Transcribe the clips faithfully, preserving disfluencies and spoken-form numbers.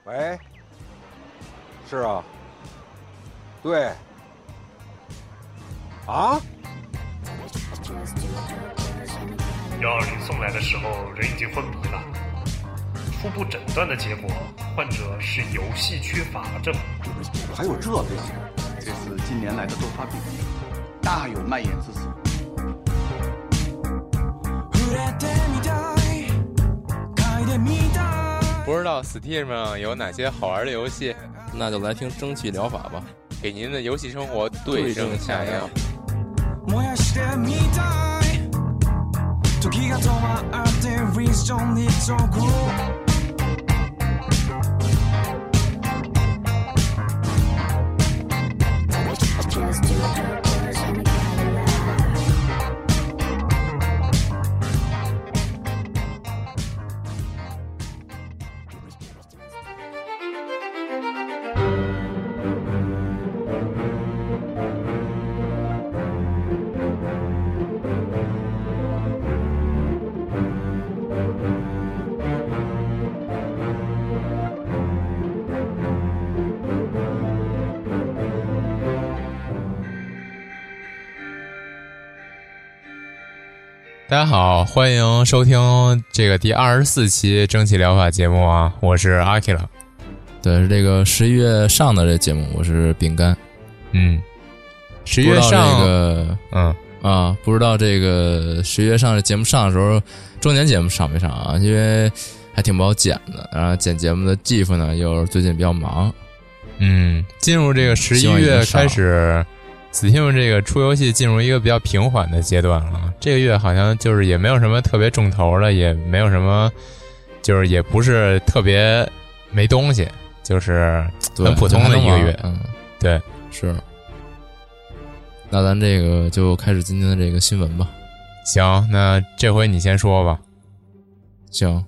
喂，是啊，对，啊， 幺二零送来的时候人已经昏迷了，初步诊断的结果，患者是游戏缺乏症。 还有这病？ 这是近年来的多发病，大有蔓延之势。 不知道 Steam 上有哪些好玩的游戏？ 那就来听蒸汽疗法吧， 给您的游戏生活对症下药。大家好，欢迎收听这个第二十四期蒸汽疗法节目啊，我是阿 K 了。 对，是这个十一月上的这节目，我是饼干。 嗯，十一月上这个， 嗯啊，不知道这个十一月上这节目上的时候，周年节目上没上啊？因为还挺不好剪的，然后剪节目的 G I F 呢，又最近比较忙。 嗯，进入这个十一月开始。Steam 这个出游戏进入一个比较平缓的阶段了，这个月好像就是也没有什么特别重头的，也没有什么，就是也不是特别没东西，就是很普通的一个月。 嗯， 对， 是。那咱这个就开始今天的这个新闻吧。 行，那这回你先说吧。 行。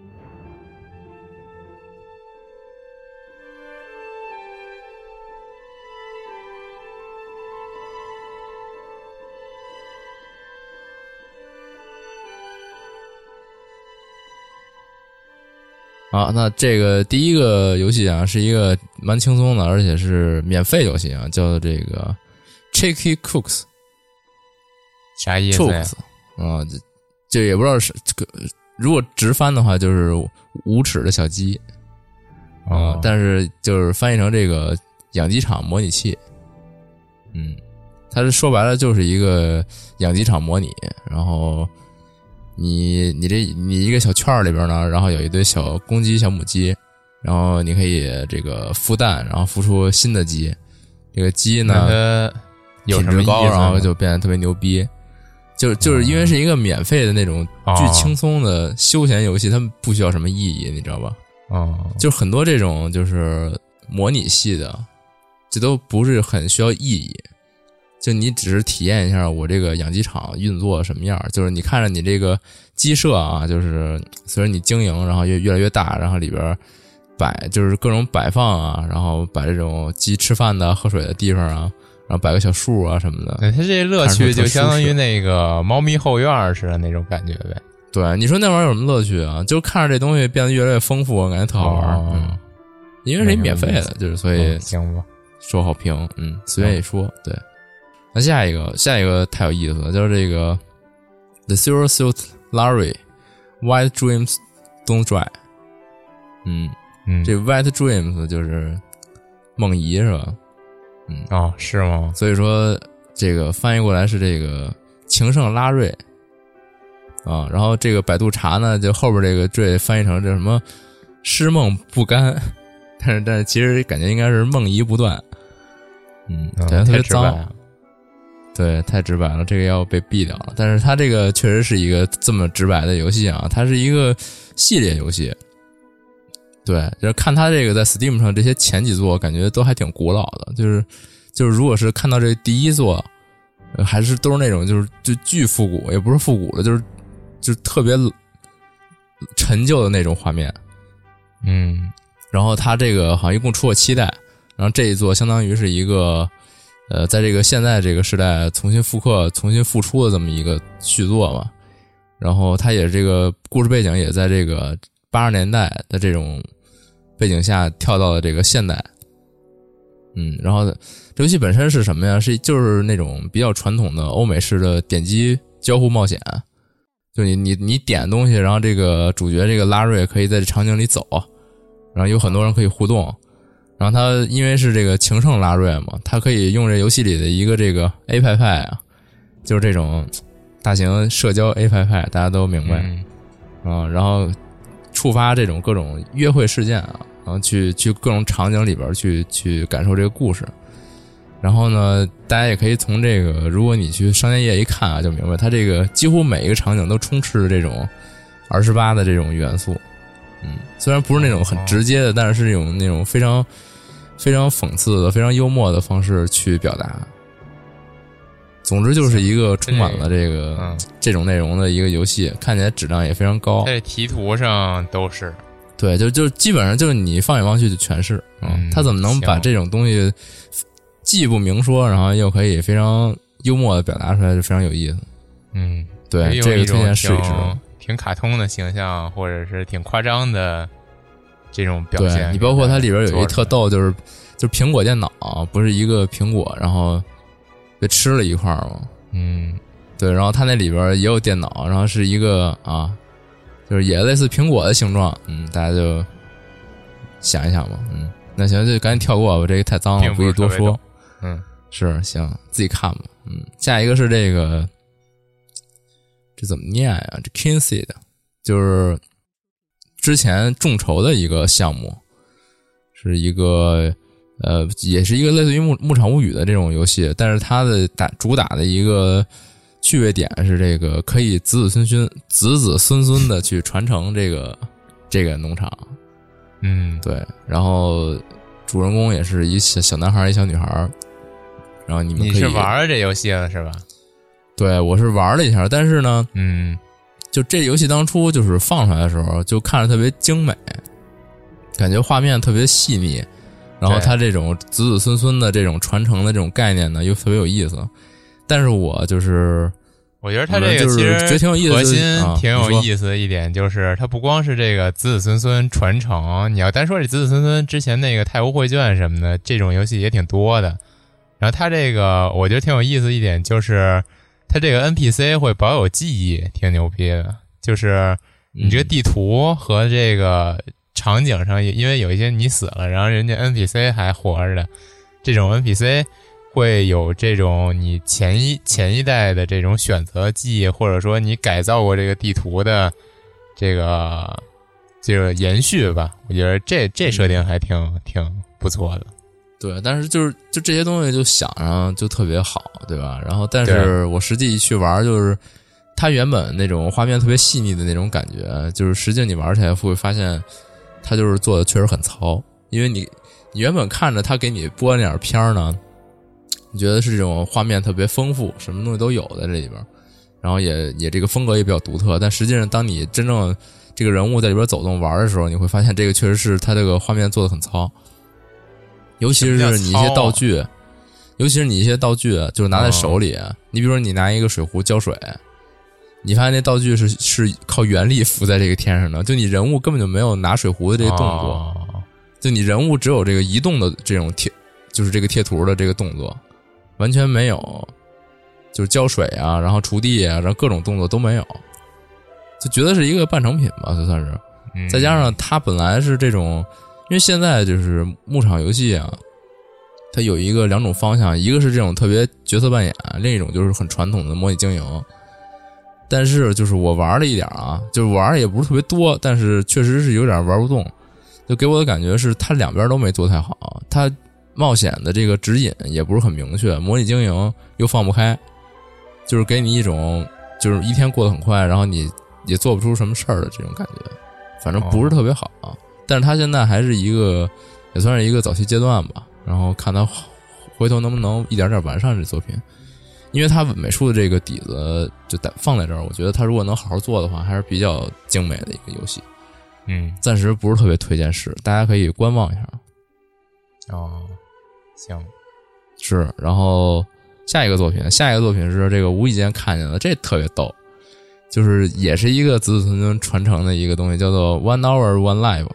啊，那这个第一个游戏啊，是一个蛮轻松的，而且是免费游戏啊，叫做这个 Chicky Cooks， 啥意思呀？ 啊，这这也不知道是这个，如果直翻的话就是无耻的小鸡啊、 哦呃，但是就是翻译成这个养鸡场模拟器，嗯，它是说白了就是一个养鸡场模拟，然后。你你这你一个小圈里边呢，然后有一堆小公鸡、小母鸡，然后你可以这个孵蛋，然后孵出新的鸡。这个鸡呢， 有什么高，然后就变得特别牛逼。就就是因为是一个免费的那种巨轻松的休闲游戏，它们不需要什么意义，你知道吧？ 哦， 就很多这种就是模拟系的，这都不是很需要意义。就你只是体验一下我这个养鸡场运作什么样，就是你看着你这个鸡舍啊，就是随着你经营，然后越越来越大，然后里边摆就是各种摆放啊，然后摆这种鸡吃饭的、喝水的地方啊，然后摆个小树啊什么的。 对，它这乐趣就相当于那个猫咪后院似的那种感觉呗。 对，你说那玩意儿有什么乐趣啊？就看着这东西变得越来越丰富，我感觉特好玩。 哦、 嗯，因为是一免费的，就是所以、 嗯、行吧， 受好评。嗯，随便一说，对。那下一个，下一个太有意思了，就是这个 The Zero Suit Larry White Dreams Don't Dry。嗯嗯， 这 White Dreams 就是梦遗是吧？嗯， 哦，是吗？ 所以说这个翻译过来是这个情圣拉瑞啊，然后这个百度查呢，就后边这个缀翻译成这什么失梦不甘，但是但是其实感觉应该是梦遗不断。嗯，感觉特别脏。对，太直白了，这个要被毙掉了。但是它这个确实是一个这么直白的游戏啊，它是一个系列游戏。对，就是看它这个在 Steam 上这些前几座，感觉都还挺古老的。就是就是如果是看到这第一座，呃、还是都是那种就是就巨复古，也不是复古的，就是就是特别陈旧的那种画面。 嗯， 然后它这个好像一共出了七代，然后这一座相当于是一个。呃，在这个现在这个时代重新复刻、重新复出的这么一个续作嘛，然后它也这个故事背景也在这个八十年代的这种背景下跳到了这个现代。嗯，然后这游戏本身是什么呀？是就是那种比较传统的欧美式的点击交互冒险，就你你你点东西，然后这个主角这个拉瑞可以在这场景里走，然后有很多人可以互动。然后他因为是这个情圣拉瑞嘛，他可以用这游戏里的一个这个 A 派派啊，就是这种大型社交 A 派派，大家都明白。 嗯， 啊，然后触发这种各种约会事件啊，然后去去各种场景里边去去感受这个故事。然后呢，大家也可以从这个，如果你去商店页一看啊，就明白它这个几乎每一个场景都充斥着这种二十八的这种元素。嗯，虽然不是那种很直接的，但是是这种那种非常非常讽刺的、非常幽默的方式去表达。总之就是一个充满了这个、嗯、这种内容的一个游戏，看起来质量也非常高。 在题图上都是， 对，就就基本上就是你放眼望去就全是。嗯，他怎么能把这种东西既不明说，然后又可以非常幽默的表达出来，就非常有意思。 嗯， 对，这个推荐试一试。 挺卡通的形象，或者是挺夸张的这种表现。 对，你包括它里边有一特逗，就是就是苹果电脑不是一个苹果，然后被吃了一块吗？ 嗯， 对，然后它那里边也有电脑，然后是一个啊，就是也类似苹果的形状。嗯，大家就想一想吧。嗯，那行，就赶紧跳过吧，这个太脏了，不宜多说。 嗯， 是，行，自己看吧。嗯，下一个是这个。这怎么念呀？这 Kinseed 就是之前众筹的一个项目，是一个呃，也是一个类似于牧牧场物语的这种游戏，但是它的打主打的一个趣味点是这个可以子子孙孙、子子孙孙的去传承这个这个农场。 嗯， 对。然后主人公也是一小小男孩，一小女孩。然后你们可以， 你是玩了这游戏了是吧？ 对，我是玩了一下，但是呢， 嗯， 就这游戏当初就是放出来的时候，就看着特别精美，感觉画面特别细腻，然后它这种子子孙孙的这种传承的这种概念呢，又特别有意思。但是我就是， 我觉得它这个其实核心挺有意思的一点就是，它不光是这个子子孙孙传承，你要单说这子子孙孙之前那个太湖绘卷什么的，这种游戏也挺多的。然后它这个我觉得挺有意思一点就是。它这个 N P C 会保有记忆，挺牛逼的。就是你这个地图和这个场景上，因为有一些你死了，然后人家 N P C 还活着的，这种 N P C 会有这种你前一前一代的这种选择记忆，或者说你改造过这个地图的这个这个延续吧。我觉得这这设定还挺挺不错的。 对，但是就是就这些东西就想上就特别好，对吧？然后但是我实际一去玩，就是它原本那种画面特别细腻的那种感觉，就是实际你玩起来会发现它就是做的确实很糙。因为你你原本看着它给你播那点片呢，你觉得是这种画面特别丰富，什么东西都有在这里边，然后也也这个风格也比较独特，但实际上当你真正这个人物在里边走动玩的时候，你会发现这个确实是它这个画面做的很糙。尤其是你一些道具，尤其是你一些道具，就是拿在手里。哦、你比如说，你拿一个水壶浇水，你发现那道具是是靠原力浮在这个天上的，就你人物根本就没有拿水壶的这个动作，哦、就你人物只有这个移动的这种贴，就是这个贴图的这个动作，完全没有，就是浇水啊，然后锄地啊，然后各种动作都没有，就觉得是一个半成品吧，就算是。 嗯、 再加上它本来是这种。因为现在就是牧场游戏啊，它有一个两种方向，一个是这种特别角色扮演，另一种就是很传统的模拟经营。但是就是我玩了一点啊，就是玩也不是特别多，但是确实是有点玩不动，就给我的感觉是它两边都没做太好，它冒险的这个指引也不是很明确，模拟经营又放不开，就是给你一种就是一天过得很快，然后你也做不出什么事儿的这种感觉，反正不是特别好。哦，但是他现在还是一个，也算是一个早期阶段吧。然后看他回头能不能一点点完善这作品，因为他美术的这个底子就放在这儿，我觉得他如果能好好做的话，还是比较精美的一个游戏。 嗯， 暂时不是特别推荐试，大家可以观望一下。 哦，行， 是。然后下一个作品，下一个作品是这个无意间看见的，这特别逗。就是也是一个子子孙孙传承的一个东西，叫做 One Hour One Life，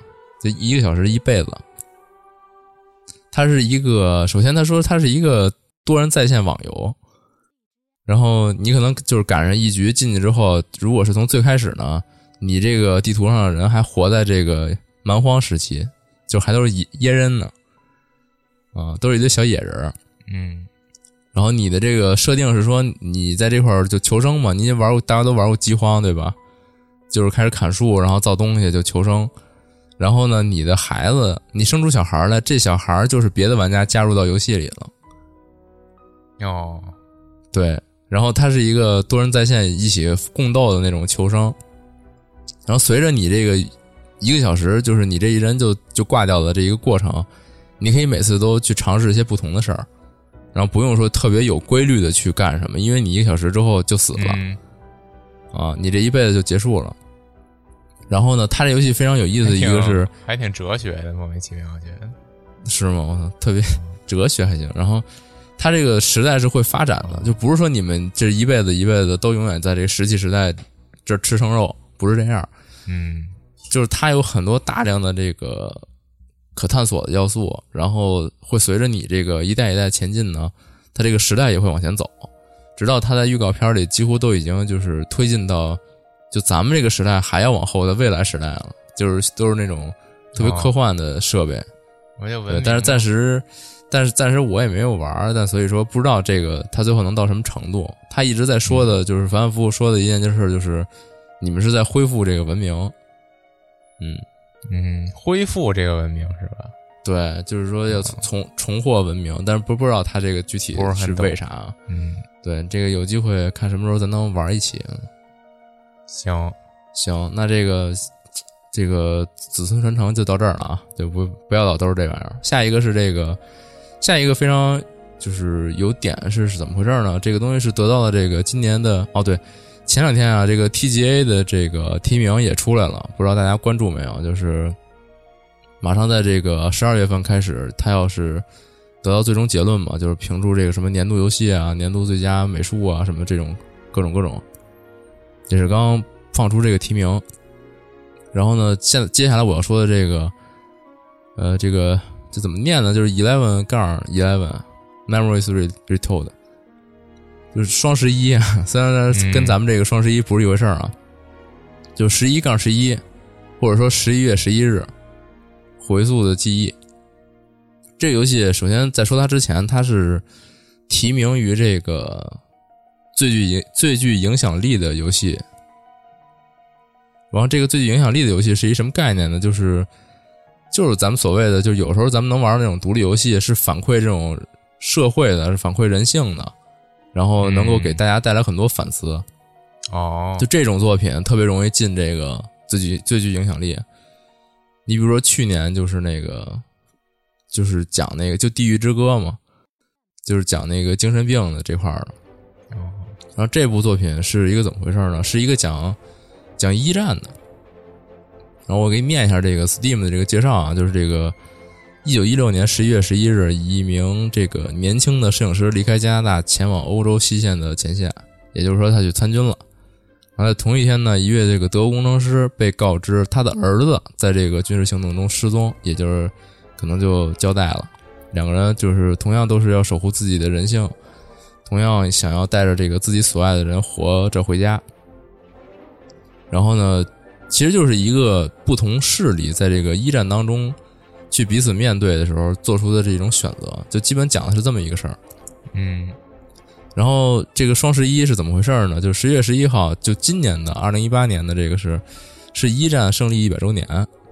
就一个小时一辈子。它是一个，首先他说它是一个多人在线网游，然后你可能就是赶上一局进去之后，如果是从最开始呢，你这个地图上的人还活在这个蛮荒时期，就还都是野人呢，啊，都是一堆小野人。 嗯， 然后你的这个设定是说，你在这块儿就求生嘛，你也玩过，大家都玩过饥荒对吧？就是开始砍树，然后造东西就求生。然后呢，你的孩子，你生出小孩来，这小孩就是别的玩家加入到游戏里了。 哦， 对，然后它是一个多人在线一起共斗的那种求生。然后随着你这个一个小时，就是你这一人就就挂掉的这一个过程，你可以每次都去尝试一些不同的事儿，然后不用说特别有规律的去干什么，因为你一个小时之后就死了， 嗯、 啊，你这一辈子就结束了。然后呢，它这游戏非常有意思的一个是， 还挺哲学的，莫名其妙，我觉得是吗？我操，特别哲学还行。然后它这个时代是会发展的，就不是说你们这一辈子一辈子都永远在这个石器时代这吃生肉，不是这样。 嗯， 就是它有很多大量的这个可探索的要素，然后会随着你这个一代一代前进呢，它这个时代也会往前走，直到它在预告片里几乎都已经就是推进到。就咱们这个时代还要往后的未来时代了，就是都是那种特别科幻的设备。 哦、我就对，但是暂时，但是暂时我也没有玩，但所以说不知道这个他最后能到什么程度。他一直在说的就是反反复复说的一件事，就是你们是在恢复这个文明。嗯嗯，恢复这个文明是吧？ 对，就是说要重重获文明，但是不不知道他这个具体是为啥。 嗯， 对，这个有机会看什么时候咱能玩一起。 行行，那这个这个子孙传承就到这儿了啊，就不不要老都是这玩意儿。下一个是这个，下一个非常就是有点是是怎么回事呢？这个东西是得到了这个今年的哦，对，前两天啊，这个 T G A 的这个提名也出来了，不知道大家关注没有？就是马上在这个十二月份开始，它要是得到最终结论嘛，就是评出这个什么年度游戏啊、年度最佳美术啊什么这种各种各种。也是刚刚放出这个提名，然后呢，现在接下来我要说的这个，呃，这个这怎么念呢？就是 eleven 杠 eleven memories retold， 就是双十一啊，虽然跟咱们这个双十一不是一回事儿啊，嗯、就十一杠十一，或者说十一月十一日，回溯的记忆。这个游戏首先在说它之前，它是提名于这个。最具影最具影响力的游戏，然后这个最具影响力的游戏是一什么概念呢？就是就是咱们所谓的，就有时候咱们能玩的那种独立游戏，是反馈这种社会的，是反馈人性的，然后能够给大家带来很多反思。 哦、嗯， 就这种作品特别容易进这个最具最具影响力。你比如说去年就是那个，就是讲那个就《地狱之歌》嘛，就是讲那个精神病的这块儿的。然后这部作品是一个怎么回事呢？是一个讲讲一战的。然后我给你念一下这个 Steam 的这个介绍啊，就是这个一九一六年十一月十一日，一名这个年轻的摄影师离开加拿大，前往欧洲西线的前线，也就是说他去参军了。然后在同一天呢，一位这个德国工程师被告知他的儿子在这个军事行动中失踪，也就是可能就交代了。两个人就是同样都是要守护自己的人性。同样想要带着这个自己所爱的人活着回家，然后呢，其实就是一个不同势力在这个一战当中去彼此面对的时候做出的这种选择，就基本讲的是这么一个事儿。 嗯， 然后这个双十一是怎么回事呢？就十月十一号，就今年的二零一八年的这个是是一战胜利一百周年。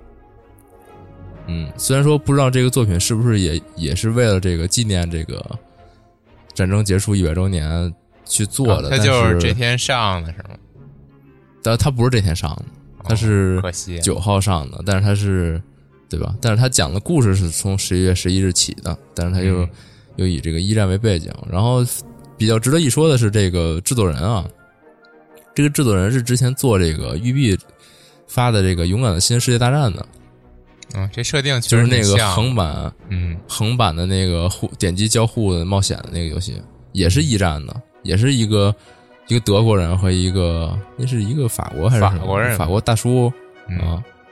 嗯，虽然说不知道这个作品是不是也也是为了这个纪念这个。战争结束一百周年去做的， 他、哦、就是这天上的是吗？ 但他不是这天上的，他是九号上的，但是他是对吧？但是他讲的故事是从十一月十一日起的，但是他又、嗯、又以这个一战为背景。然后比较值得一说的是这个制作人啊，这个制作人是之前做这个育碧发的这个《勇敢的新世界大战》的。 嗯，这设定就是那个横版， 嗯， 横版的那个互点击交互的冒险的那个游戏，也是一战的，也是一个一个德国人和一个那是一个法国还是法国人法国大叔、 嗯、 啊，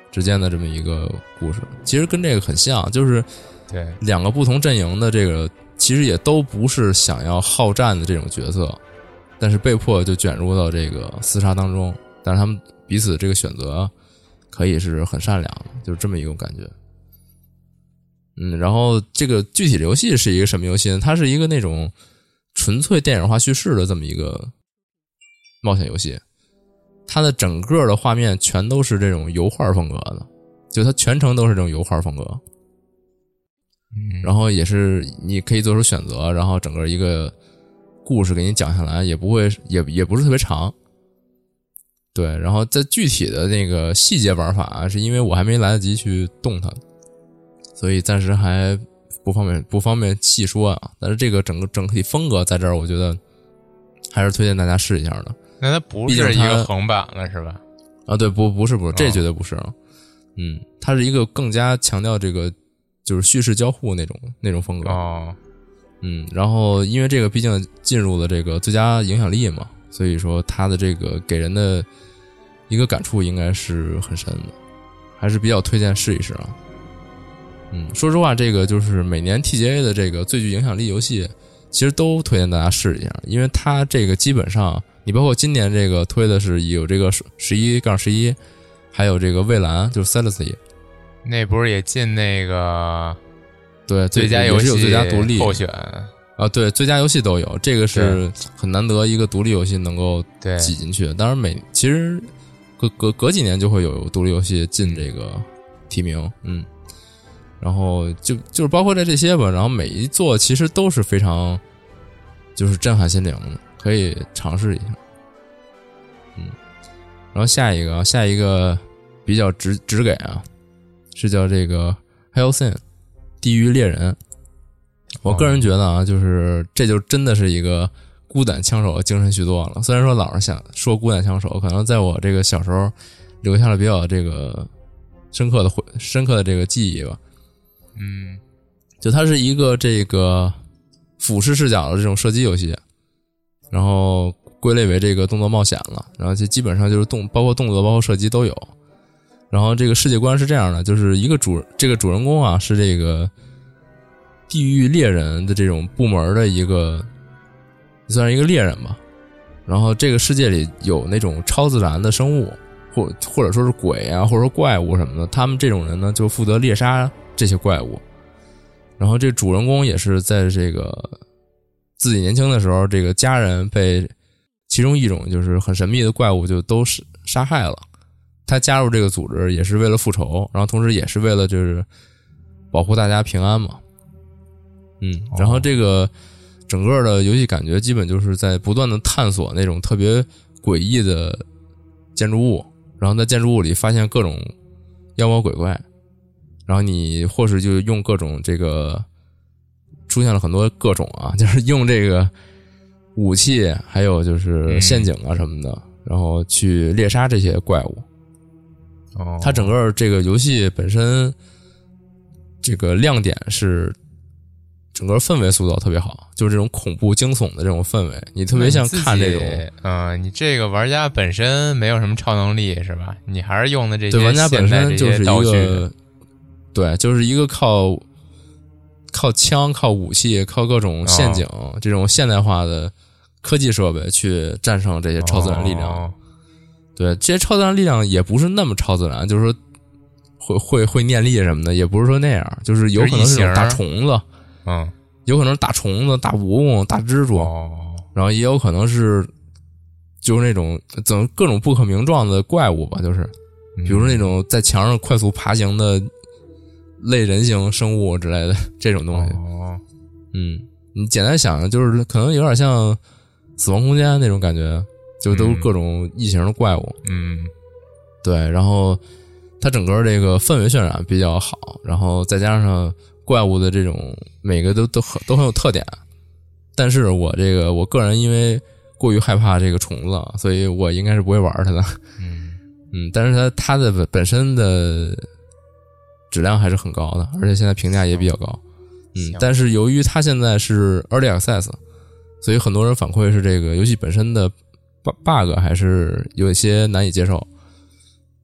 之间的这么一个故事，其实跟这个很像，就是对两个不同阵营的这个，其实也都不是想要好战的这种角色，但是被迫就卷入到这个厮杀当中，但是他们彼此这个选择可以是很善良的，就是这么一种感觉。嗯，然后这个具体的游戏是一个什么游戏呢？它是一个那种纯粹电影化叙事的这么一个冒险游戏，它的整个的画面全都是这种油画风格的，就它全程都是这种油画风格。 嗯， 然后也是你可以做出选择，然后整个一个故事给你讲下来，也不会也也不是特别长。对，然后在具体的那个细节玩法，是因为我还没来得及去动它，所以暂时还不方便不方便细说啊。但是这个整个整体风格在这儿，我觉得还是推荐大家试一下的。 那它不是一个横版了是吧？ 啊，对，不不是不是，这绝对不是。哦、嗯，它是一个更加强调这个就是叙事交互那种那种风格。 哦， 嗯，然后因为这个毕竟进入了这个最佳影响力嘛，所以说它的这个给人的一个感触应该是很深的，还是比较推荐试一试啊。嗯，说实话，这个就是每年 T G A 的这个最具影响力游戏，其实都推荐大家试一下，因为它这个基本上，你包括今年这个推的是有这个十一杠十一，还有这个蔚蓝，就是 Celestia， 那不是也进那个对最佳游戏有最佳独立候选啊？对，最佳游戏都有，这个是很难得一个独立游戏能够挤进去。当然每其实隔隔隔几年就会有独立游戏进这个提名，嗯。然后就就是包括在这些吧，然后每一座其实都是非常就是震撼心灵的，可以尝试一下。嗯，然后下一个下一个比较直直给啊，是叫这个 Hellsing 地狱猎人。我个人觉得啊，就是这就真的是一个孤胆枪手精神续作了。虽然说老是想说孤胆枪手，可能在我这个小时候留下了比较这个深刻的回深刻的这个记忆吧。 嗯， 就它是一个这个俯视视角的这种射击游戏，然后归类为这个动作冒险了，然后就基本上就是动包括动作包括射击都有。然后这个世界观是这样的，就是一个主这个主人公啊是这个地狱猎人的这种部门的一个算是一个猎人吧。然后这个世界里有那种超自然的生物，或或者说是鬼啊，或者说怪物什么的，他们这种人呢就负责猎杀这些怪物。然后这主人公也是在这个自己年轻的时候，这个家人被其中一种就是很神秘的怪物就都杀害了，他加入这个组织也是为了复仇，然后同时也是为了就是保护大家平安嘛。嗯，然后这个整个的游戏感觉基本就是在不断的探索那种特别诡异的建筑物，然后在建筑物里发现各种妖魔鬼怪，然后你或是就用各种这个出现了很多各种啊，就是用这个武器还有就是陷阱啊什么的，嗯、然后去猎杀这些怪物。 哦， 它整个这个游戏本身这个亮点是整个氛围塑造特别好，就是这种恐怖惊悚的这种氛围，你特别像看这种。 嗯、呃，你这个玩家本身没有什么超能力是吧？你还是用的这些对玩家本身就是一个， 对，就是一个靠靠枪、靠武器、靠各种陷阱、哦、这种现代化的科技设备去战胜这些超自然力量。 哦、 对，这些超自然力量也不是那么超自然，就是说会会会念力什么的，也不是说那样，就是有可能是大虫子。 嗯， 有可能是大虫子、大蜈蚣、大蜘蛛， 哦、 然后也有可能是就是那种怎么各种不可名状的怪物吧，就是比如说那种在墙上快速爬行的类人形生物之类的这种东西。 哦， 嗯，你简单想想，就是可能有点像《死亡空间》那种感觉，就都是各种异形的怪物。 嗯， 对，然后它整个这个氛围渲染比较好，然后再加上怪物的这种每个都都很都很有特点，但是我这个我个人因为过于害怕这个虫子，所以我应该是不会玩它的。 嗯嗯，但是它它的本身的质量还是很高的，而且现在评价也比较高。嗯，但是由于它现在是 Early Access， 所以很多人反馈是这个游戏本身的 bug 还是有一些难以接受。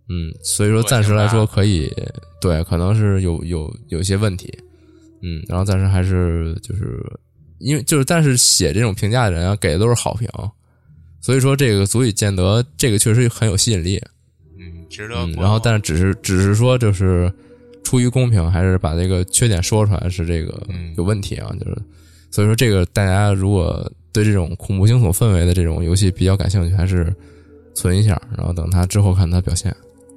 嗯，所以说暂时来说可以，对，可能是有有有些问题，嗯，然后暂时还是就是因为就是但是写这种评价的人啊，给的都是好评，所以说这个足以见得这个确实很有吸引力， 嗯，值得、 嗯。然后但是只是只是说就是出于公平，还是把这个缺点说出来是这个有问题啊，就是所以说这个大家如果对这种恐怖惊悚氛围的这种游戏比较感兴趣，还是存一下，然后等他之后看他表现。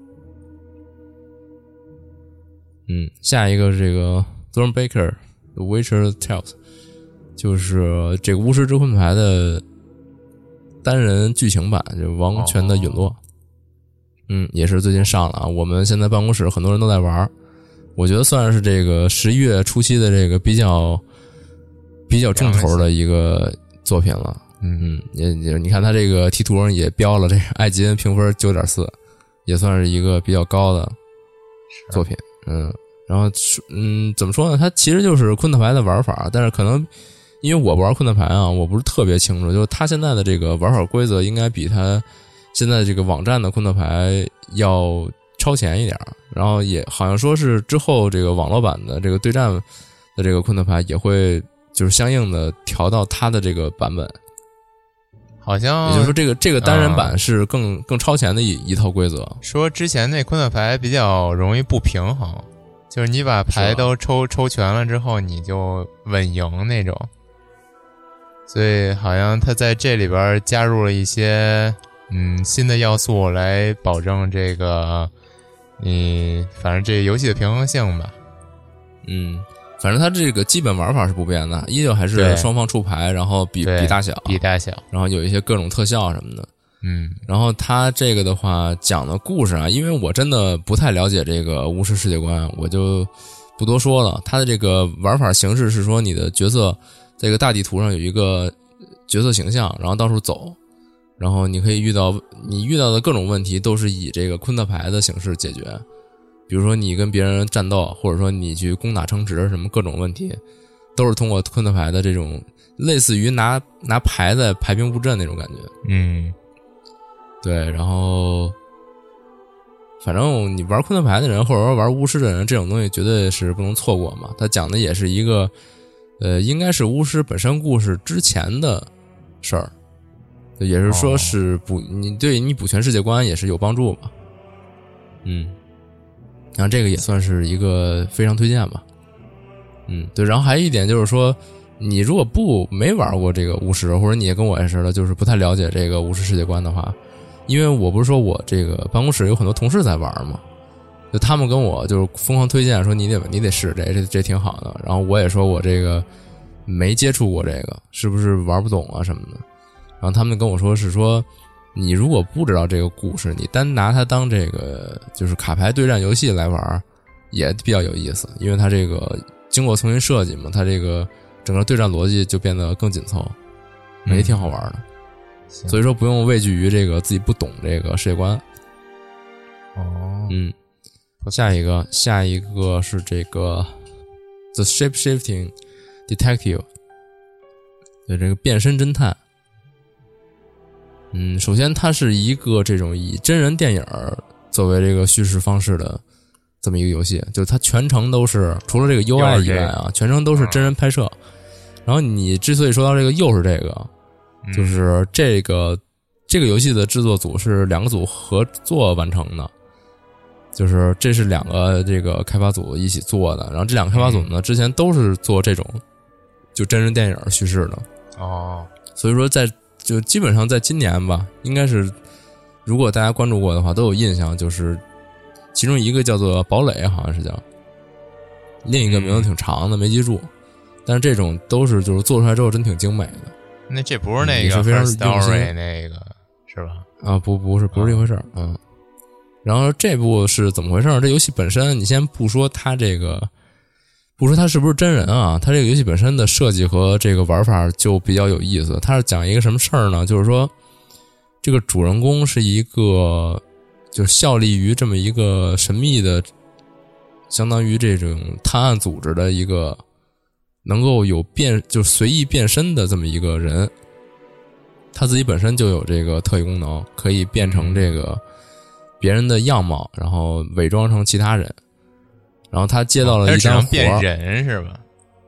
嗯，下一个是这个 Thornbaker The Witcher Tales， 就是这个巫师之魂牌的单人剧情版，就是王权的陨落。嗯，也是最近上了啊，我们现在办公室很多人都在玩，我觉得算是这个十一月初期的这个比较比较重头的一个作品了。嗯嗯，也也你看他这个题图上也标了这个艾吉恩评分 九点四， 也算是一个比较高的作品。嗯，然后嗯，怎么说呢？它其实就是昆特牌的玩法，但是可能因为我不玩昆特牌啊，我不是特别清楚，就是它现在的这个玩法规则应该比它现在这个网站的昆特牌要超前一点，然后也好像说是之后这个网络版的这个对战的这个昆特牌也会就是相应的调到它的这个版本。 好像也就是说，这个这个单人版是更、嗯、更超前的一一套规则。 说之前那昆特牌比较容易不平衡，就是你把牌都抽抽全了之后，你就稳赢那种。所以好像他在这里边加入了一些嗯新的要素，来保证这个你反正这个游戏的平衡性吧。 嗯。反正它这个基本玩法是不变的，依旧还是双方出牌，然后比比大小， 比大小， 然后有一些各种特效什么的。 嗯， 然后它这个的话讲的故事啊，因为我真的不太了解这个巫师世界观，我就不多说了。它的这个玩法形式是说，你的角色在一个大地图上有一个角色形象，然后到处走，然后你可以遇到你遇到的各种问题都是以这个昆特牌的形式解决。比如说你跟别人战斗，或者说你去攻打城池，什么各种问题，都是通过昆特牌的这种类似于拿拿牌在排兵布阵那种感觉。 嗯， 对，然后反正你玩昆特牌的人，或者说玩巫师的人，这种东西绝对是不能错过嘛。他讲的也是一个呃，应该是巫师本身故事之前的事儿，也是说是补你对你补全世界观也是有帮助嘛。嗯。然后这个也算是一个非常推荐吧，嗯，对。然后还有一点就是说，你如果不没玩过这个巫师，或者你也跟我也似的，就是不太了解这个巫师世界观的话，因为我不是说我这个办公室有很多同事在玩嘛，就他们跟我就是疯狂推荐说你得你得试这这这挺好的，然后我也说我这个没接触过这个，是不是玩不懂啊什么的，然后他们跟我说是说。你如果不知道这个故事，你单拿它当这个就是卡牌对战游戏来玩，也比较有意思，因为它这个经过重新设计嘛，它这个整个对战逻辑就变得更紧凑，也挺好玩的。嗯、所以说不用畏惧于这个自己不懂这个世界观。 哦， 嗯，下一个下一个是这个 The Shape-Shifting Detective， 对，这个变身侦探。嗯，首先它是一个这种以真人电影作为这个叙事方式的这么一个游戏，就是它全程都是除了这个 U I 以外啊，全程都是真人拍摄。然后你之所以说到这个又是这个，就是这个这个游戏的制作组是两个组合作完成的，就是这是两个这个开发组一起做的。然后这两个开发组呢，之前都是做这种就真人电影叙事的。 哦， 所以说在就基本上在今年吧，应该是如果大家关注过的话都有印象，就是其中一个叫做堡垒，好像是叫，另一个名字挺长的没记住，但是这种都是就是做出来之后真挺精美的。 那这不是那个是非常用心那个是吧？ 啊，不不是不是这回事儿，嗯。然后这部是怎么回事儿？这游戏本身你先不说它这个不说它是不是真人啊，它这个游戏本身的设计和这个玩法就比较有意思。它是讲一个什么事儿呢？就是说这个主人公是一个就是效力于这么一个神秘的相当于这种探案组织的一个能够有变就随意变身的这么一个人，他自己本身就有这个特异功能，可以变成这个别人的样貌，然后伪装成其他人。然后他接到了一单活， 他只能变人是吧？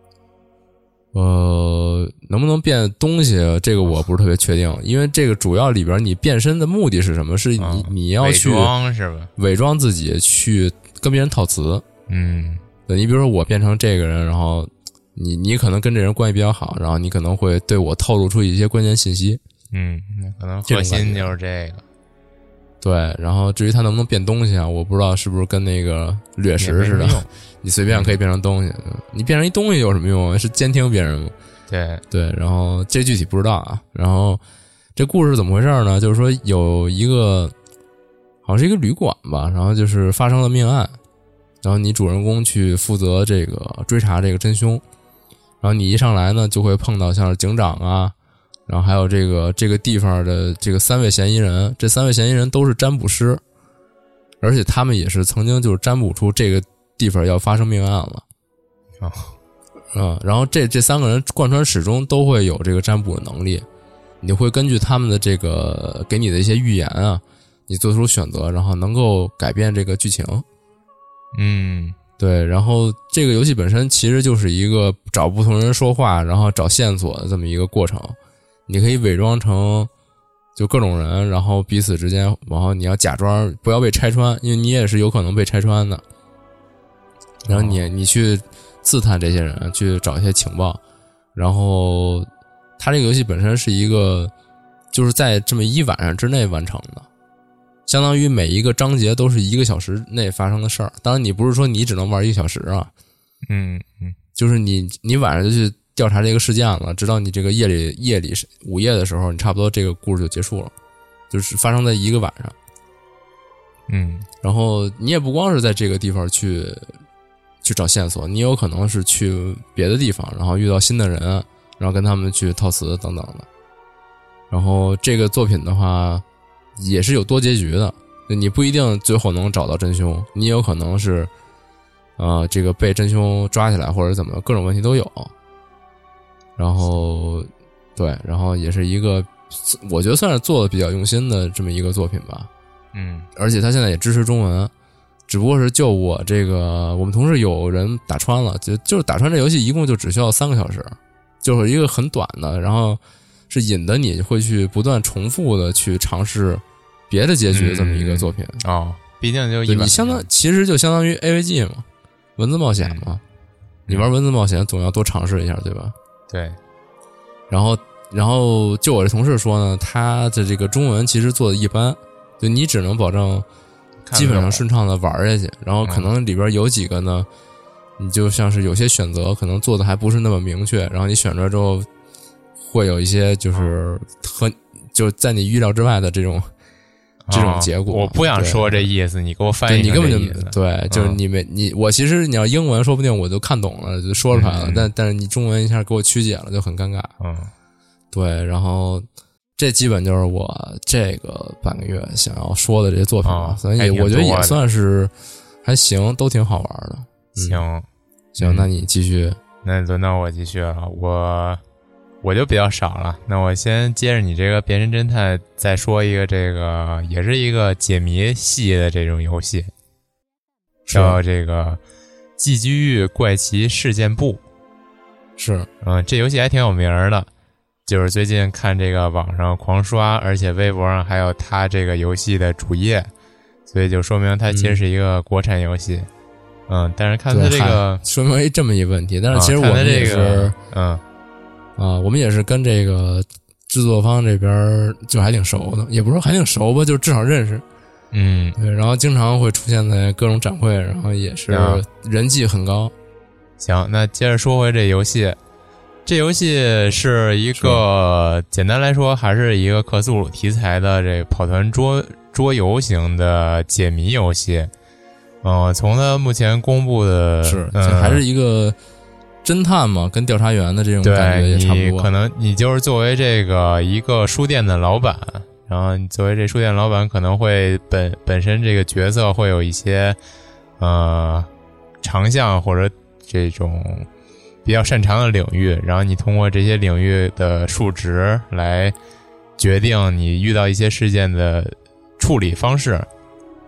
呃，能不能变东西，这个我不是特别确定，因为这个主要里边你变身的目的是什么？是你、哦、你要去伪装是吧？ 伪装自己去跟别人套词。 嗯， 对，你比如说我变成这个人，然后你你可能跟这人关系比较好，然后你可能会对我透露出一些关键信息。 嗯，那可能核心就是这个。 对，然后至于它能不能变东西啊，我不知道是不是跟那个掠食似的，你随便可以变成东西。嗯、你变成一东西有什么用啊？是监听别人吗？ 对对，然后这具体不知道啊。然后这故事怎么回事呢？就是说有一个好像是一个旅馆吧，然后就是发生了命案，然后你主人公去负责这个追查这个真凶，然后你一上来呢就会碰到像是警长啊。然后还有这个这个地方的这个三位嫌疑人，这三位嫌疑人都是占卜师，而且他们也是曾经就是占卜出这个地方要发生命案了。 哦， 嗯，然后这这三个人贯穿始终都会有这个占卜的能力，你会根据他们的这个给你的一些预言啊，你做出选择，然后能够改变这个剧情。 嗯， 对，然后这个游戏本身其实就是一个找不同人说话，然后找线索的这么一个过程。你可以伪装成就各种人，然后彼此之间，然后你要假装不要被拆穿，因为你也是有可能被拆穿的。然后你你去刺探这些人，去找一些情报。然后它这个游戏本身是一个就是在这么一晚上之内完成的，相当于每一个章节都是一个小时内发生的事儿。当然你不是说你只能玩一个小时啊， 嗯嗯， 就是你你晚上就去调查这个事件了，直到你这个夜里夜里午夜的时候，你差不多这个故事就结束了，就是发生在一个晚上。 嗯， 然后你也不光是在这个地方去去找线索，你有可能是去别的地方，然后遇到新的人，然后跟他们去套词等等的。然后这个作品的话也是有多结局的，你不一定最后能找到真凶，你有可能是呃这个被真凶抓起来或者怎么各种问题都有。然后对，然后也是一个我觉得算是做的比较用心的这么一个作品吧。 嗯， 而且他现在也支持中文，只不过是就我这个我们同事有人打穿了，就就是打穿这游戏一共就只需要三个小时，就是一个很短的，然后是引得你会去不断重复的去尝试别的结局的这么一个作品。 嗯、哦，毕竟就一你相当其实就相当于 A V G 嘛，文字冒险嘛、嗯，你玩文字冒险总要多尝试一下，对吧？ 对。 然后然后就我这同事说呢，他的这个中文其实做的一般，就你只能保证基本上顺畅的玩下去，然后可能里边有几个呢、嗯、你就像是有些选择可能做的还不是那么明确，然后你选出来之后会有一些就是和就在你预料之外的这种这种结果、 哦、我不想说这意思，你给我翻译成这意思，你根本就对，就是你没你我其实你要英文说不定我就看懂了就说出来了、嗯、但但是你中文一下给我曲解了就很尴尬。 嗯， 对，然后这基本就是我这个半个月想要说的这些作品吧、哦、所以我觉得也算是还行，都挺好玩的。 行、 嗯、行，那你继续。 那轮到我继续了，我我就比较少了，那我先接着你这个变身侦探再说一个，这个也是一个解谜系的这种游戏，叫这个寄居域怪奇事件簿。 是， 嗯，这游戏还挺有名的，就是最近看这个网上狂刷，而且微博上还有它这个游戏的主页，所以就说明它其实是一个国产游戏。嗯, 嗯，但是看它这个说明这么一个问题，但是其实我们也是、 啊、嗯。 啊，我们也是跟这个制作方这边就还挺熟的，也不是说还挺熟吧，就至少认识。 嗯， 对，然后经常会出现在各种展会，然后也是人气很高。 行，那接着说回这游戏，这游戏是一个简单来说还是一个克苏鲁题材的这个跑团桌桌游型的解谜游戏。嗯、呃，从它目前公布的是，嗯、还是一个。侦探嘛，跟调查员的这种感觉也差不多。 你可能你就是作为这个一个书店的老板，然后你作为这书店老板，可能会本本身这个角色会有一些呃长项或者这种比较擅长的领域，然后你通过这些领域的数值来决定你遇到一些事件的处理方式。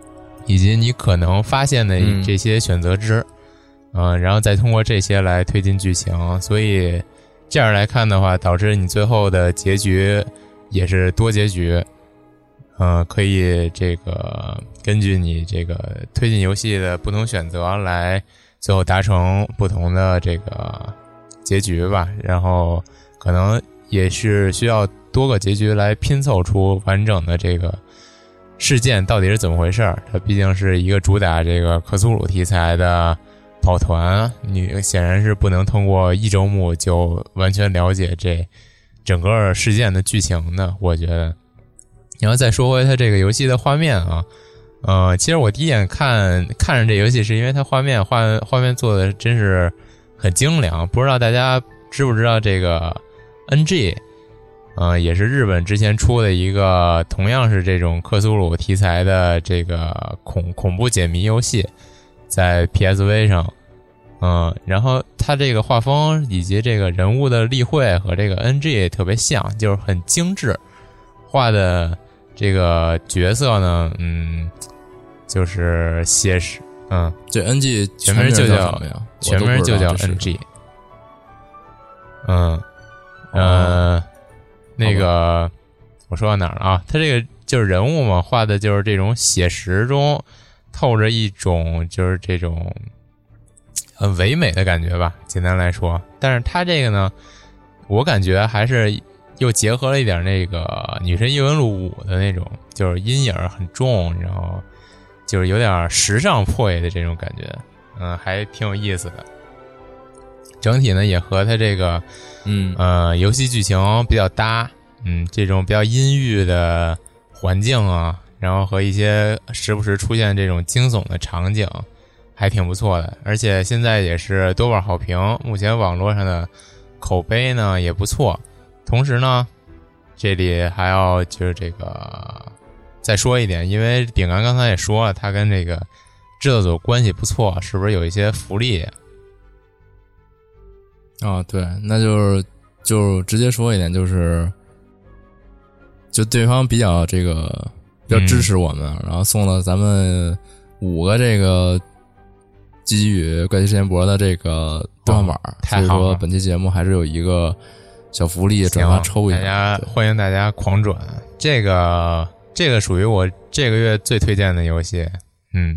以及你可能发现的这些选择之，嗯、呃，然后再通过这些来推进剧情，所以这样来看的话，导致你最后的结局也是多结局，嗯、呃，可以这个根据你这个推进游戏的不同选择来最后达成不同的这个结局吧，然后可能也是需要多个结局来拼凑出完整的这个事件到底是怎么回事儿。它毕竟是一个主打这个克苏鲁题材的跑团，你显然是不能通过一周目就完全了解这整个事件的剧情的，我觉得。然后再说回它这个游戏的画面啊，呃，其实我第一眼看看着这游戏是因为它画面画画面做的真是很精良，不知道大家知不知道这个 N G， 呃，也是日本之前出的一个同样是这种克苏鲁题材的这个恐恐怖解谜游戏，在 P S V 上，嗯、呃，然后它这个画风以及这个人物的立绘和这个 N G 特别像，就是很精致，画的这个角色呢，嗯，就是写实，嗯， 这 N G 全名就叫全名就叫 N G， 嗯，呃，那个我说到哪儿了啊？他这个就是人物嘛，画的就是这种写实中透着一种就是这种很唯美的感觉吧，简单来说。但是他这个呢，我感觉还是又结合了一点那个女神异闻录五的那种，就是阴影很重，然后就是有点时尚破译的这种感觉，嗯，还挺有意思的。整体呢也和它这个， 嗯呃，游戏剧情比较搭，嗯，这种比较阴郁的环境啊，然后和一些时不时出现这种惊悚的场景，还挺不错的。而且现在也是多瓣好评，目前网络上的口碑呢也不错。同时呢，这里还要就是这个再说一点，因为饼干刚才也说了，他跟这个制作组关系不错，是不是有一些福利啊？ 哦，对，那就是就直接说一点，就是就对方比较这个比较支持我们，嗯、然后送了咱们五个这个积极语怪奇事件簿的这个兑换码， 哦、太好了。 所以说本期节目还是有一个小福利，转发抽一下， 大家欢迎大家狂转。这个这个属于我这个月最推荐的游戏，嗯，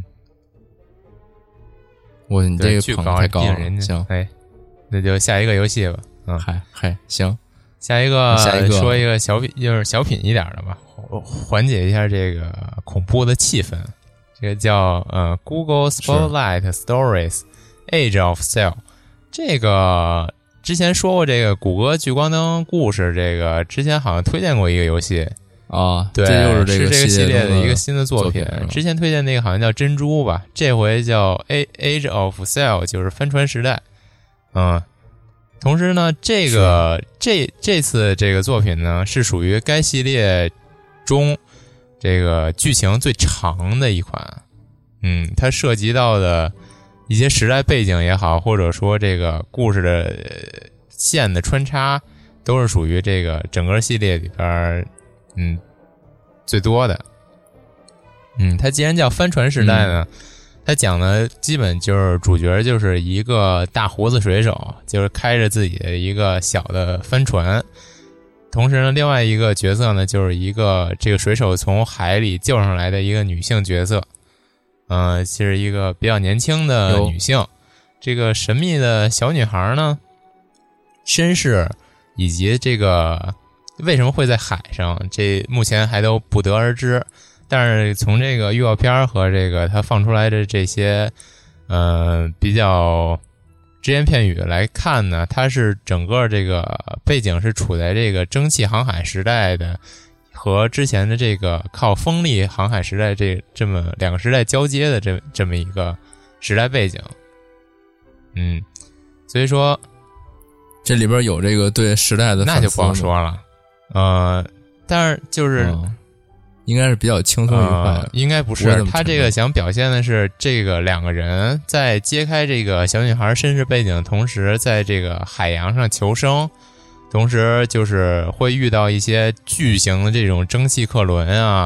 我你这个捧太高了， 人家行， 哎，那就下一个游戏吧，嗯， 嗨嗨，行， 下一个下一个说一个小品，就是小品一点的吧，缓解一下这个恐怖的气氛。这个叫呃 Google Spotlight Stories Age of Sail， 这个之前说过，这个谷歌聚光灯故事，这个之前好像推荐过一个游戏啊， 对， 这就是这个是这个系列的一个新的作品。 之前推荐那个好像叫珍珠吧，这回叫 Age of Sail， 就是帆船时代。嗯，同时呢，这个这这次这个作品呢，是属于该系列中这个剧情最长的一款。嗯，它涉及到的一些时代背景也好，或者说这个故事的线的穿插，都是属于这个整个系列里边嗯最多的。嗯，它既然叫帆船时代呢，嗯，它讲的基本就是主角就是一个大胡子水手，就是开着自己的一个小的帆船。同时呢，另外一个角色呢，就是一个这个水手从海里救上来的一个女性角色。呃，是一个比较年轻的女性。这个神秘的小女孩呢，身世以及这个为什么会在海上，这目前还都不得而知。但是从这个预告片和这个它放出来的这些呃比较只言片语来看呢，它是整个这个背景是处在这个蒸汽航海时代的。和之前的这个靠风力航海时代这这么两个时代交接的这这么一个时代背景，嗯，所以说这里边有这个对时代的那就不好说了，呃，但是就是、 嗯、应该是比较轻松愉快的、 呃，应该不是，他这个想表现的是这个两个人在揭开这个小女孩身世背景的同时，在这个海洋上求生。同时就是会遇到一些巨型的这种蒸汽客轮啊，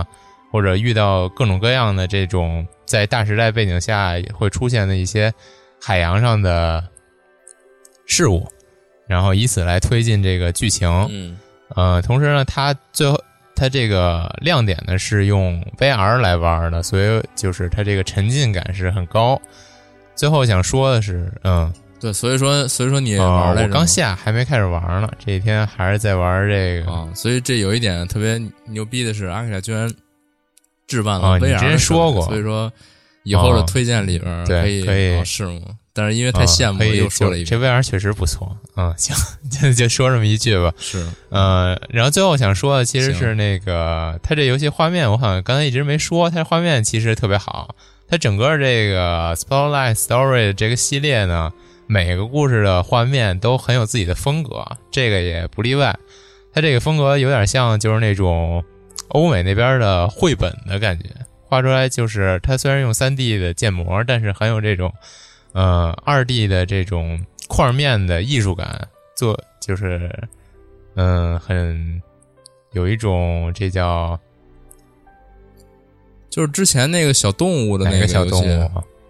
或者遇到各种各样的这种在大时代背景下会出现的一些海洋上的事物，然后以此来推进这个剧情。 嗯， 呃，同时呢，它最后它这个亮点呢是用 V R 来玩的，所以就是它这个沉浸感是很高。最后想说的是，嗯， 对，所以说所以说你也玩来着、 呃、我刚下还没开始玩呢，这几天还是在玩这个啊、哦，所以这有一点特别牛逼的是，阿克亚居然置办了 V R，、哦、 你之前说过， 所以说以后的推荐里边可以、 哦、可以是吗？但是因为太羡慕了， 嗯、 又说了一遍。 这 V R 确实不错，嗯，行，就就说这么一句吧。 是， 呃，然后最后想说的其实是那个，它这游戏画面，我好像刚才一直没说，它画面其实特别好。它整个这个 Spotlight Story 这个系列呢，每个故事的画面都很有自己的风格，这个也不例外。它这个风格有点像就是那种欧美那边的绘本的感觉，画出来就是它虽然用 三 D 的建模，但是很有这种呃 二 D 的这种块面的艺术感，做就是嗯、呃、很有一种这叫就是之前那个小动物的那个小动物，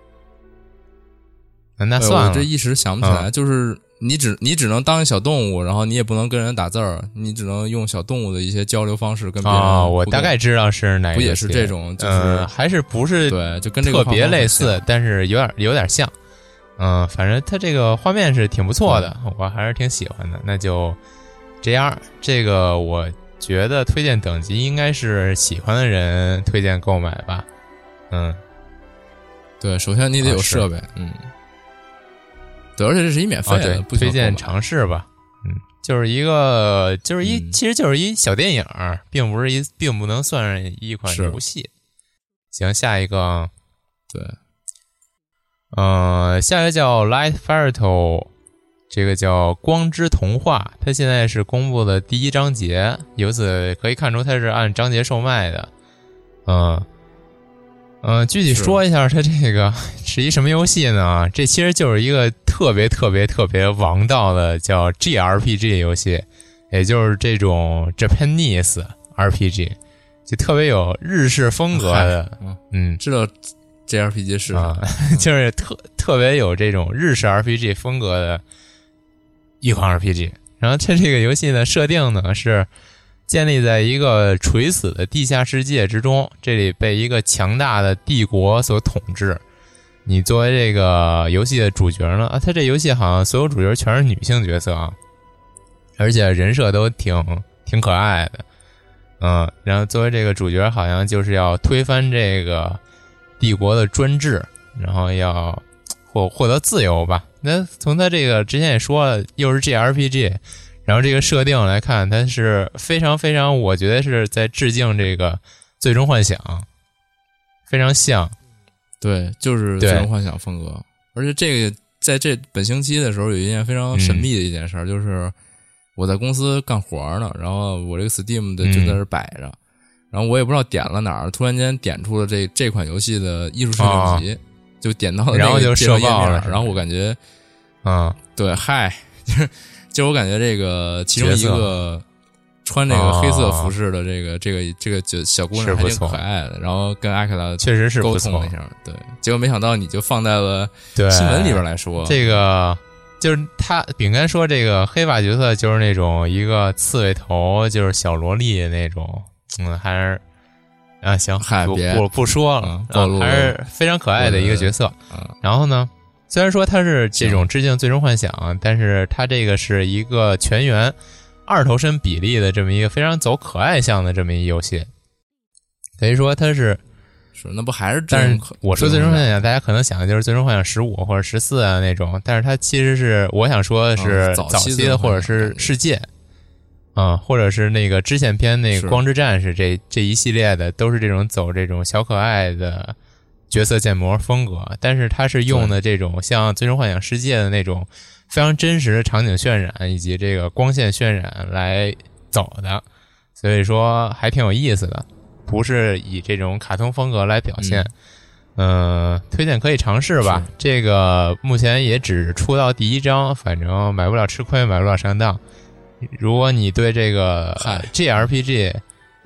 那算了， 我这一时想不起来。嗯、就是你只你只能当小动物，然后你也不能跟人打字儿，你只能用小动物的一些交流方式跟别人。 哦，我大概知道是哪个， 不也是这种，就是、 嗯、还是不是对，就跟这个特别类似，但是有点有点像。嗯，反正它这个画面是挺不错的，我还是挺喜欢的。那就这样，这个我觉得推荐等级应该是喜欢的人推荐购买吧。嗯， 对，首先你得有设备， 啊、 嗯，对，而且这是一免费的， 啊、 不推荐尝试吧。嗯，就是一个，就是一， 嗯、 其实就是一小电影，并不是一，并不能算是一款游戏。行，下一个， 对。 呃，下一个叫 Light Fairytale， 这个叫光之童话，它现在是公布的第一章节，由此可以看出它是按章节售卖的。嗯、呃，呃，具体说一下它这个是一什么游戏呢？这其实就是一个特别特别特别王道的叫 J R P G 游戏，也就是这种 Japanese R P G， 就特别有日式风格的， 嗯， 嗯知道。J R P G 是啊， 就是特特别有这种日式 R P G 风格的一款 R P G。然后它这个游戏的设定呢是建立在一个垂死的地下世界之中，这里被一个强大的帝国所统治。你作为这个游戏的主角呢，啊，它这游戏好像所有主角全是女性角色啊，而且人设都挺挺可爱的。嗯，然后作为这个主角，好像就是要推翻这个帝国的专制，然后要获获得自由吧。那从他这个之前也说了，又是 J R P G， 然后这个设定来看，它是非常非常，我觉得是在致敬这个最终幻想，非常像。 对，就是最终幻想风格。而且这个在这本星期的时候，有一件非常神秘的一件事、嗯、就是我在公司干活呢，然后我这个 Steam 的就在这摆着。嗯，然后我也不知道点了哪儿，突然间点出了这这款游戏的艺术设定集，哦、就点到了那个介绍页面，然后我感觉， 嗯， 对，嗨，就是就我感觉这个其中一个穿这个黑色服饰的这个、哦、这个这个就小姑娘还挺可爱的，然后跟阿克拉确实是沟通了一下，对，结果没想到你就放在了新闻里边来说， 这个就是他饼干说这个黑发角色就是那种一个刺猬头，就是小萝莉的那种。嗯，还是啊，行，不不不说了， 嗯、 还是非常可爱的一个角色。 嗯、 然后呢，虽然说它是这种致敬《最终幻想》，但是它这个是一个全员二头身比例的这么一个非常走可爱向的这么一游戏。等于说它是是那不还是？ 但是我说《最终幻想》，大家可能想的就是《最终幻想十五》或者十四啊那种，但是它其实是我想说的是早期的或者是世界。嗯，或者是那个支线片那个光之战士这这一系列的都是这种走这种小可爱的角色建模风格，但是它是用的这种像最终幻想世界的那种非常真实的场景渲染以及这个光线渲染来走的，所以说还挺有意思的，不是以这种卡通风格来表现。嗯、呃，推荐可以尝试吧。这个目前也只出到第一章，反正买不了吃亏，买不了上当。如果你对这个 J R P G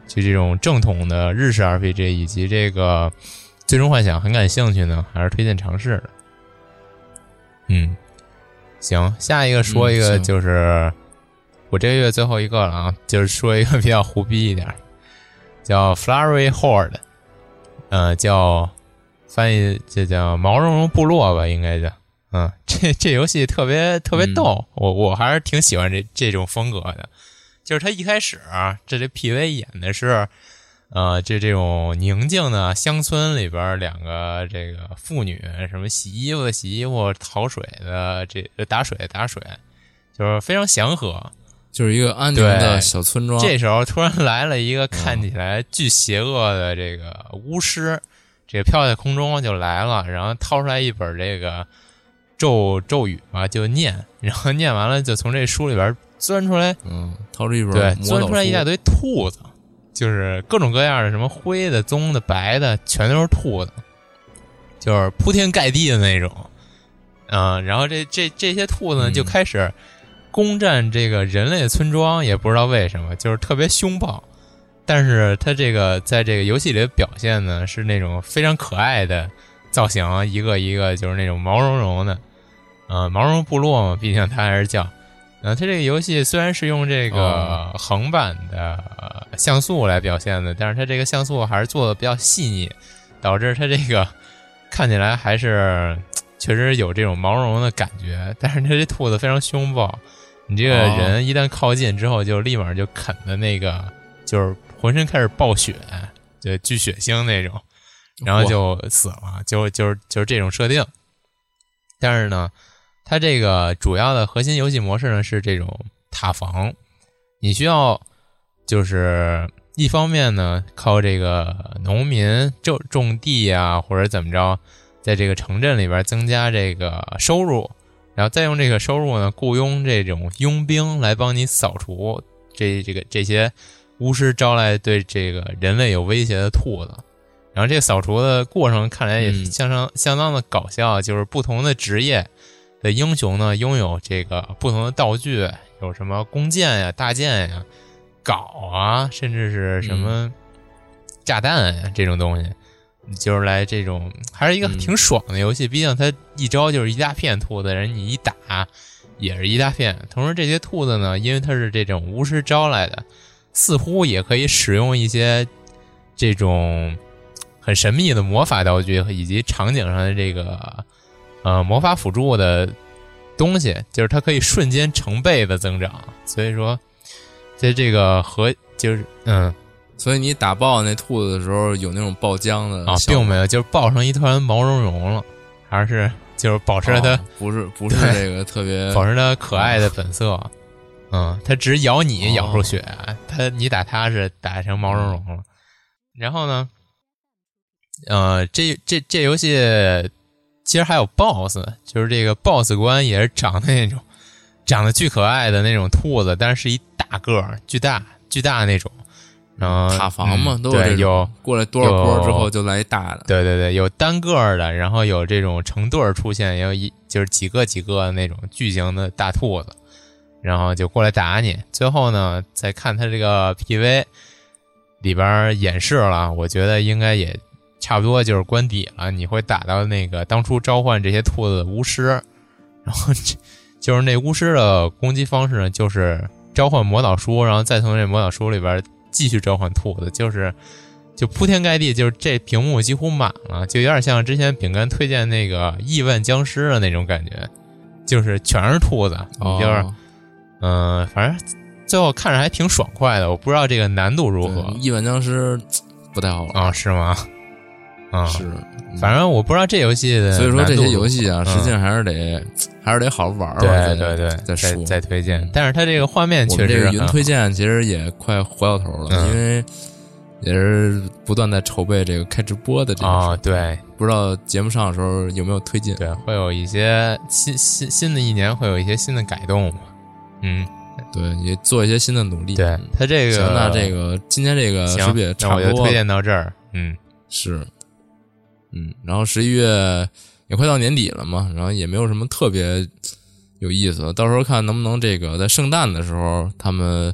就这种正统的日式 R P G 以及这个最终幻想很感兴趣呢，还是推荐尝试的。嗯，行，下一个说一个就是、嗯、我这个月最后一个了啊，就是说一个比较胡逼一点，叫 Flurry Horde， 呃，叫翻译这叫毛茸茸部落吧，应该叫。嗯，这这游戏特别特别逗，嗯、我我还是挺喜欢这这种风格的。就是他一开始、啊、这这 P V 演的是，呃，这这种宁静的乡村里边两个这个妇女，什么洗衣服的洗衣服，淘水的这打水打水，就是非常祥和， 就是一个安宁的小村庄。 这时候突然来了一个看起来巨邪恶的这个巫师，嗯、这个飘在空中就来了，然后掏出来一本这个咒咒语吧，就念，然后念完了就从这书里边钻出来， 嗯，掏出一本对，钻出来一大堆兔子，就是各种各样的，什么灰的、棕的、白的，全都是兔子，就是铺天盖地的那种。嗯、呃，然后这这这些兔子呢，就开始攻占这个人类村庄，也不知道为什么，就是特别凶暴。但是它这个在这个游戏里的表现呢，是那种非常可爱的造型，一个一个就是那种毛茸茸的，呃，毛茸部落嘛，毕竟它还是叫。呃，它这个游戏虽然是用这个横版的像素来表现的，但是它这个像素还是做的比较细腻，导致它这个看起来还是确实有这种毛茸茸的感觉。但是它这兔子非常凶暴，你这个人一旦靠近之后，就立马就啃的那个，就是浑身开始爆血，就巨血腥那种，然后就死了，就就是就是这种设定。但是呢，它这个主要的核心游戏模式呢是这种塔防，你需要就是一方面呢靠这个农民种种地啊，或者怎么着，在这个城镇里边增加这个收入，然后再用这个收入呢雇佣这种佣兵来帮你扫除这这个这些巫师招来对这个人类有威胁的兔子。然后这个扫除的过程看来也相当、嗯、相当的搞笑，就是不同的职业的英雄呢拥有这个不同的道具，有什么弓箭呀、大剑呀、镐啊，甚至是什么炸弹呀、嗯、这种东西，就是来这种还是一个挺爽的游戏。嗯、毕竟它一招就是一大片兔子，人你一打也是一大片。同时这些兔子呢，因为它是这种巫师招来的，似乎也可以使用一些这种很神秘的魔法道具以及场景上的这个呃魔法辅助的东西，就是它可以瞬间成倍的增长。所以说在这个和就是嗯所以你打爆那兔子的时候有那种爆浆的啊，并没有，就是爆成一团毛茸茸了，还是就是保持了它、哦、 不是不是这个特别保持它可爱的本色。嗯，它只咬你咬出血，它、哦、你打它是打成毛茸茸了。然后呢呃，这这这游戏其实还有 boss， 就是这个 boss 关也是长得那种长得巨可爱的那种兔子，但是是一大个儿巨大巨大那种。然后塔防嘛、嗯、都对有过来多少波之后就来一大的。 对对对，有单个的，然后有这种成对出现，也有一就是几个几个的那种巨型的大兔子，然后就过来打你。最后呢再看它这个 P V 里边演示了，我觉得应该也差不多就是关底了，你会打到那个当初召唤这些兔子的巫师，然后就是那巫师的攻击方式呢，就是召唤魔导书，然后再从这魔导书里边继续召唤兔子，就是就铺天盖地，就是这屏幕几乎满了，就有点像之前饼干推荐那个亿万僵尸的那种感觉，就是全是兔子， 哦、 就是嗯、呃，反正最后看着还挺爽快的，我不知道这个难度如何。 亿万僵尸不太好玩啊？是吗？啊， 是， 反正我不知道这游戏的， 所以说这些游戏啊，嗯、实际上还是得还是得好玩玩。 对对对， 再说再推荐。但是它这个画面确实， 这个云推荐其实也快活到头了， 嗯、 因为也是不断在筹备这个开直播的这个事。 哦，对， 不知道节目上的时候有没有推进？ 对，会有一些新新新的一年会有一些新的改动嘛。嗯。 对，也做一些新的努力。 对他这个， 行，那这个今天这个是不是也差不多？ 那我就推荐到这儿。嗯， 是，嗯，然后十一月也快到年底了嘛，然后也没有什么特别有意思的，到时候看能不能这个在圣诞的时候他们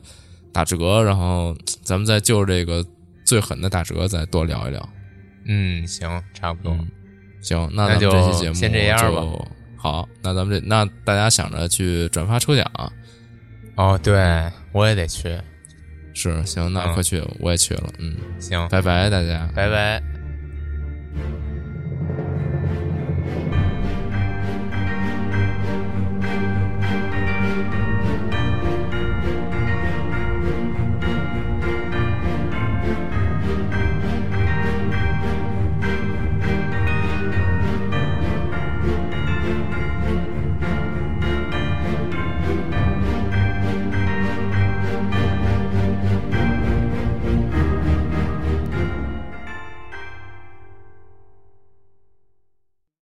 打折，然后咱们再就这个最狠的打折再多聊一聊。 嗯，行，差不多。 嗯、行，那咱们这期节目先这样吧。 好，那咱们这那大家想着去转发抽奖。 哦，对，我也得去。 是，行，那快去，嗯、我也去了。嗯， 行， 拜拜，大家， 拜拜。